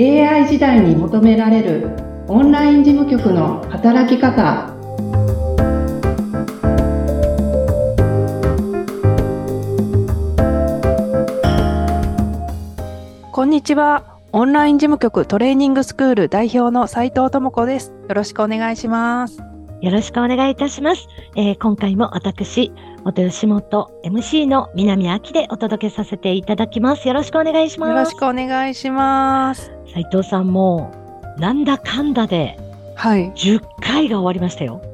AI 時代に求められるオンライン事務局の働き方。 こんにちは。オンライン事務局トレーニングスクール代表の斉藤智子です。よろしくお願いします。 よろしくお願いいたします。今回も私、元吉本 MC の南明でお届けさせていただきます。よろしくお願いします。 よろしくお願いします。 斉藤さんもなんだかんだで10回が終わりましたよ。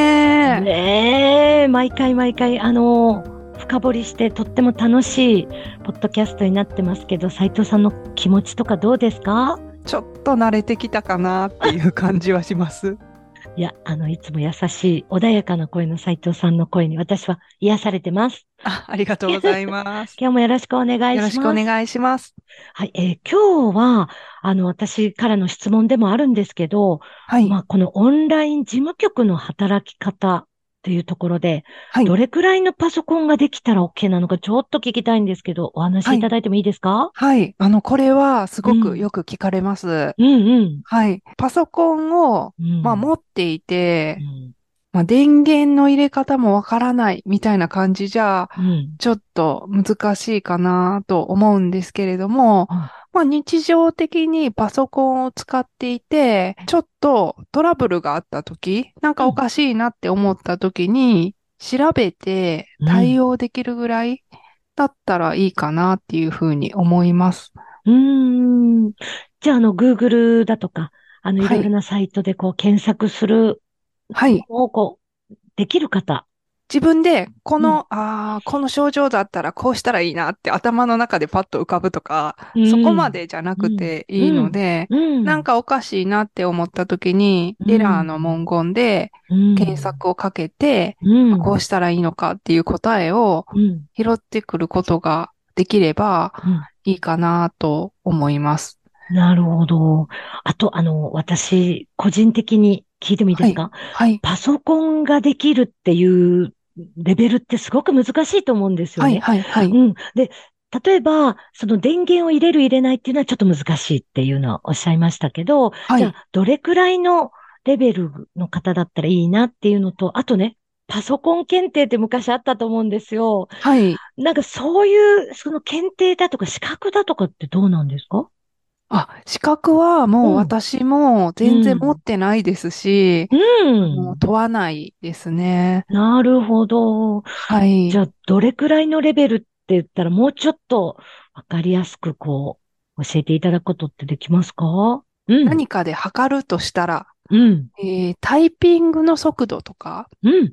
ねえ。毎回深掘りしてとっても楽しいポッドキャストになってますけど、斉藤さんの気持ちとかどうですか？ ちょっと慣れてきたかなっていう感じはします。 いや、いつも優しい穏やかな声の斉藤さんの声に私は癒されてます。 ありがとうございます。 今日もよろしくお願いします。 よろしくお願いします。 はい、今日は、私からの質問でもあるんですけど、このオンライン事務局の働き方というところで、どれくらいのパソコンができたら OK なのかちょっと聞きたいんですけど、お話しいただいてもいいですか？ これはすごくよく聞かれます。パソコンを、持っていて、電源の入れ方もわからないみたいな感じじゃ、ちょっと難しいかなと思うんですけれども、日常的にパソコンを使っていて、ちょっとトラブルがあった時、なんかおかしいなって思った時に、調べて対応できるぐらいだったらいいかなっていうふうに思います。 じゃあ、Google だとか、いろいろなサイトで検索するをできる方。 自分で、この症状だったらこうしたらいいなって頭の中でパッと浮かぶとか、そこまでじゃなくていいので、なんかおかしいなって思った時に、エラーの文言で検索をかけて、こうしたらいいのかっていう答えを拾ってくることができればいいかなと思います。 なるほど。あと、私、個人的に聞いてもいいですか？パソコンができるっていうレベルってすごく難しいと思うんですよね。で、例えば、その電源を入れる入れないっていうのはちょっと難しいっていうのはおっしゃいましたけど、じゃあ、どれくらいのレベルの方だったらいいなっていうのと、あとね、パソコン検定って昔あったと思うんですよ。なんかそういう、その検定だとか資格だとかってどうなんですか？ 資格はもう私も全然持ってないですし、問わないですね。 なるほど。じゃあ、どれくらいのレベルって言ったら、もうちょっとわかりやすく教えていただくことってできますか？ 何かで測るとしたら、タイピングの速度とか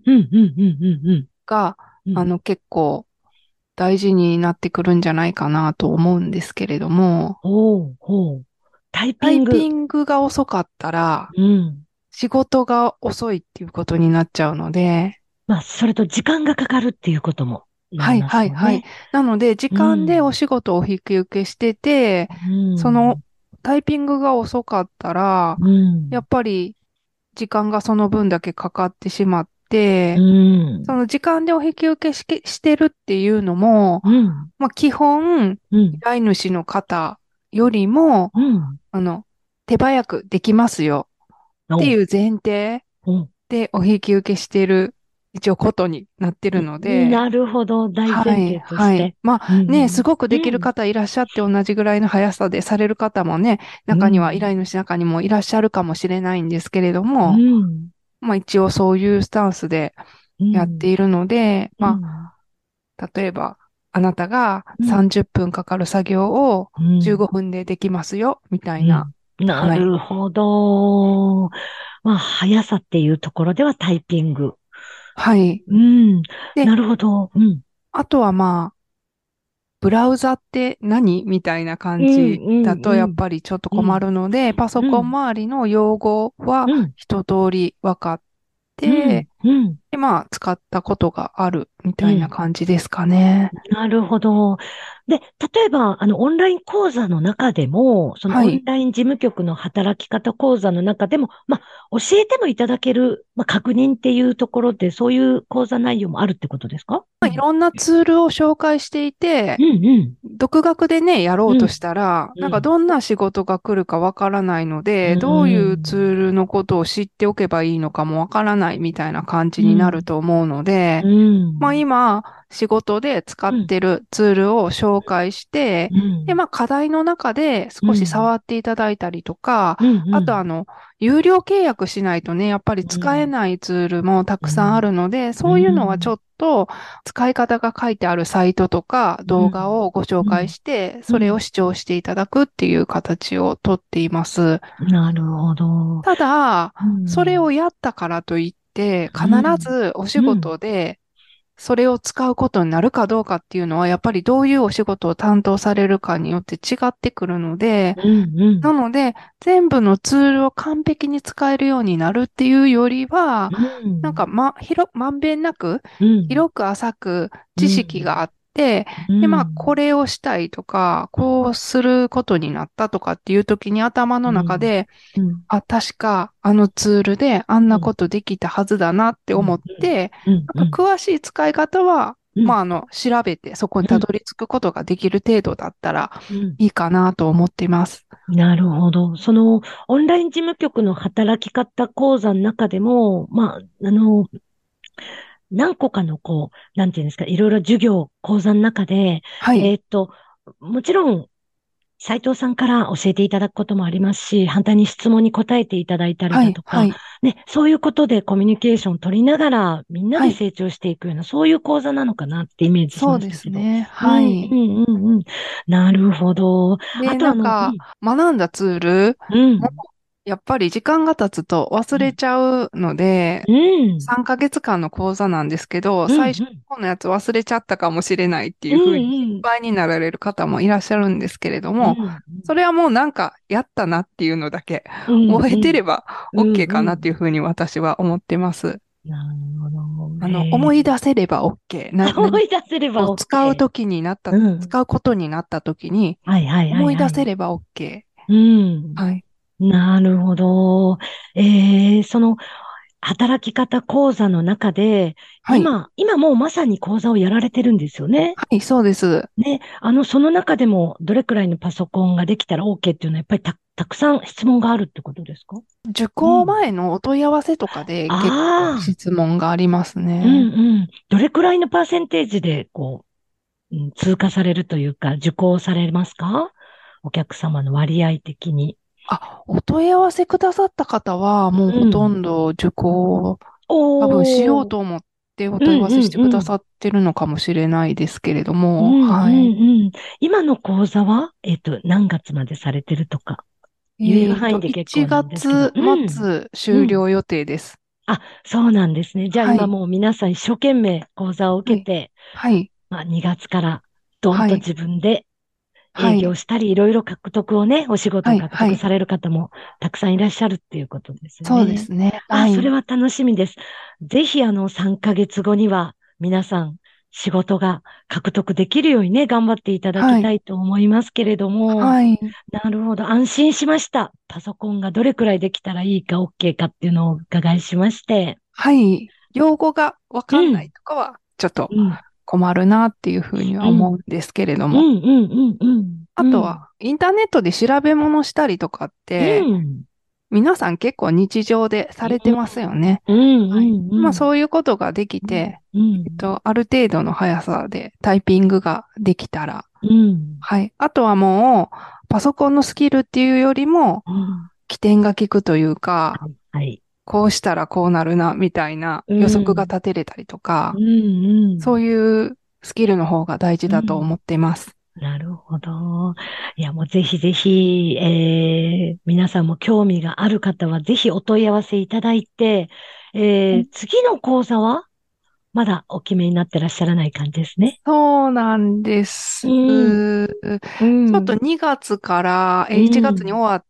が、結構大事になってくるんじゃないかなと思うんですけれども、 タイピングが遅かったら、仕事が遅いっていうことになっちゃうので、 それと時間がかかるっていうこともなりますよね。 なので、時間でお仕事を引き受けしてて、そのタイピングが遅かったら、やっぱり時間がその分だけかかってしまって、その時間でお引き受けしてるっていうのも、基本、依頼主の方よりも、手早くできますよっていう前提でお引き受けしてる一応ことになってるので。 なるほど、大前提として。 すごくできる方いらっしゃって同じぐらいの速さでされる方もね、中には依頼主中にもいらっしゃるかもしれないんですけれども、一応そういうスタンスでやっているので、例えば、あなたが30分かかる作業を15分でできますよ、みたいな。 なるほど。速さっていうところではタイピング。なるほど。 あとはブラウザって何みたいな感じだとやっぱりちょっと困るので、パソコン周りの用語は一通り分かって、で、使ったことがあるみたいな感じですかね。 なるほど。で、例えば、オンライン講座の中でも、そのオンライン事務局の働き方講座の中でも、教えてもいただける、確認っていうところで、そういう講座内容もあるってことですか？ いろんなツールを紹介していて、 独学でね、やろうとしたら、なんかどんな仕事が来るかわからないので、どういうツールのことを知っておけばいいのかもわからないみたいな感じになると思うので、まあ今、仕事で使ってるツールを紹介して、で、まあ課題の中で少し触っていただいたりとか、あと有料契約しないとね、やっぱり使えないツールもたくさんあるので、そういうのはちょっと使い方が書いてあるサイトとか動画をご紹介して、それを視聴していただくっていう形をとっています。 なるほど。 ただ、それをやったからといって、必ずお仕事でそれを使うことになるかどうかっていうのは、やっぱりどういうお仕事を担当されるかによって違ってくるので、なので、全部のツールを完璧に使えるようになるっていうよりは、なんかまんべんなく、広く浅く知識があって、で、まあ、これをしたいとか、こうすることになったとかっていう時に頭の中で、あ、確かあのツールであんなことできたはずだなって思って、なんか詳しい使い方は、まあ、調べてそこにたどり着くことができる程度だったらいいかなと思っています。 なるほど。その、オンライン事務局の働き方講座の中でも、まあ、何個かのなんていうんですか、いろいろ授業、講座の中で、もちろん、斉藤さんから教えていただくこともありますし、反対に質問に答えていただいたりだとか、ね、そういうことでコミュニケーションを取りながら、みんなで成長していくような、そういう講座なのかなってイメージしましたけど。 そうですね。はい。 なるほど。 で、なんか、学んだツールも、やっぱり時間が経つと忘れちゃうので、3ヶ月間の講座なんですけど、最初のやつ忘れちゃったかもしれないっていうふうに心配になられる方もいらっしゃるんですけれども、それはもうなんかやったなっていうのだけ覚えてれば OK かなっていうふうに私は思ってます。 なるほど。 思い出せれば OK。 思い出せれば OK。 使う時になった、使うことになった時に、思い出せれば OK。はい。 なるほど。その、働き方講座の中で、今もうまさに講座をやられてるんですよね。 はい、そうです。 ね、その中でもどれくらいのパソコンができたら OK っていうのはやっぱりたくさん質問があるってことですか？ 受講前のお問い合わせとかで結構質問がありますね。 どれくらいのパーセンテージで通過されるというか受講されますか？お客様の割合的に。 お問い合わせくださった方は、もうほとんど受講、多分しようと思ってお問い合わせしてくださってるのかもしれないですけれども、はい。 今の講座は、何月までされてるとか、言える範囲で結構なんですけど。 1月末終了予定です。 そうなんですね。じゃあ今もう皆さん一生懸命講座を受けて、まあ2月からどんと自分で営業したり、いろいろ獲得をね、お仕事を獲得される方もたくさんいらっしゃるっていうことですよね。 そうですね。 それは楽しみです。ぜひ3ヶ月後には皆さん仕事が獲得できるようにね、頑張っていただきたいと思いますけれども。なるほど。安心しました。パソコンがどれくらいできたらいいか OK かっていうのをお伺いしまして。 はい。用語がわかんないとかは、ちょっと困るなっていうふうには思うんですけれども。あとは、インターネットで調べ物したりとかって、皆さん結構日常でされてますよね。まあそういうことができて、ある程度の速さでタイピングができたら、はい。あとはもう、パソコンのスキルっていうよりも、起点が効くというか、こうしたらこうなるな、みたいな予測が立てれたりとか、そういうスキルの方が大事だと思っています。 なるほど。いや、もうぜひぜひ、皆さんも興味がある方はぜひお問い合わせいただいて、次の講座はまだお決めになってらっしゃらない感じですね。 そうなんです。ちょっと2月から、1月に終わって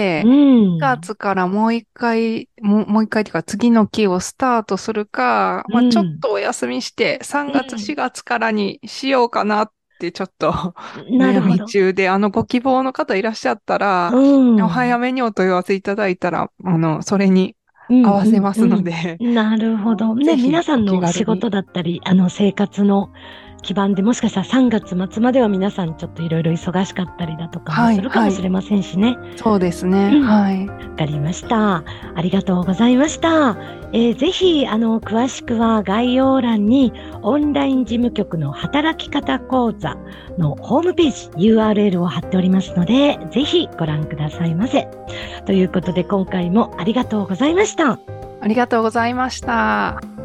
、2月からもう一回っていうか次の期をスタートするか、まあちょっとお休みして、3月、4月からにしようかなってちょっと悩み中で、ご希望の方いらっしゃったら、お早めにお問い合わせいただいたら、それに合わせますので。 なるほど。ね、皆さんの仕事だったり、生活の基盤でもしかしたら3月末までは皆さんちょっといろいろ忙しかったりだとかもするかもしれませんしね。 そうですね。はい。 わかりました。ありがとうございました。ぜひ、詳しくは概要欄にオンライン事務局の働き方講座のホームページ URL を貼っておりますので、ぜひご覧くださいませ。ということで今回もありがとうございました。 ありがとうございました。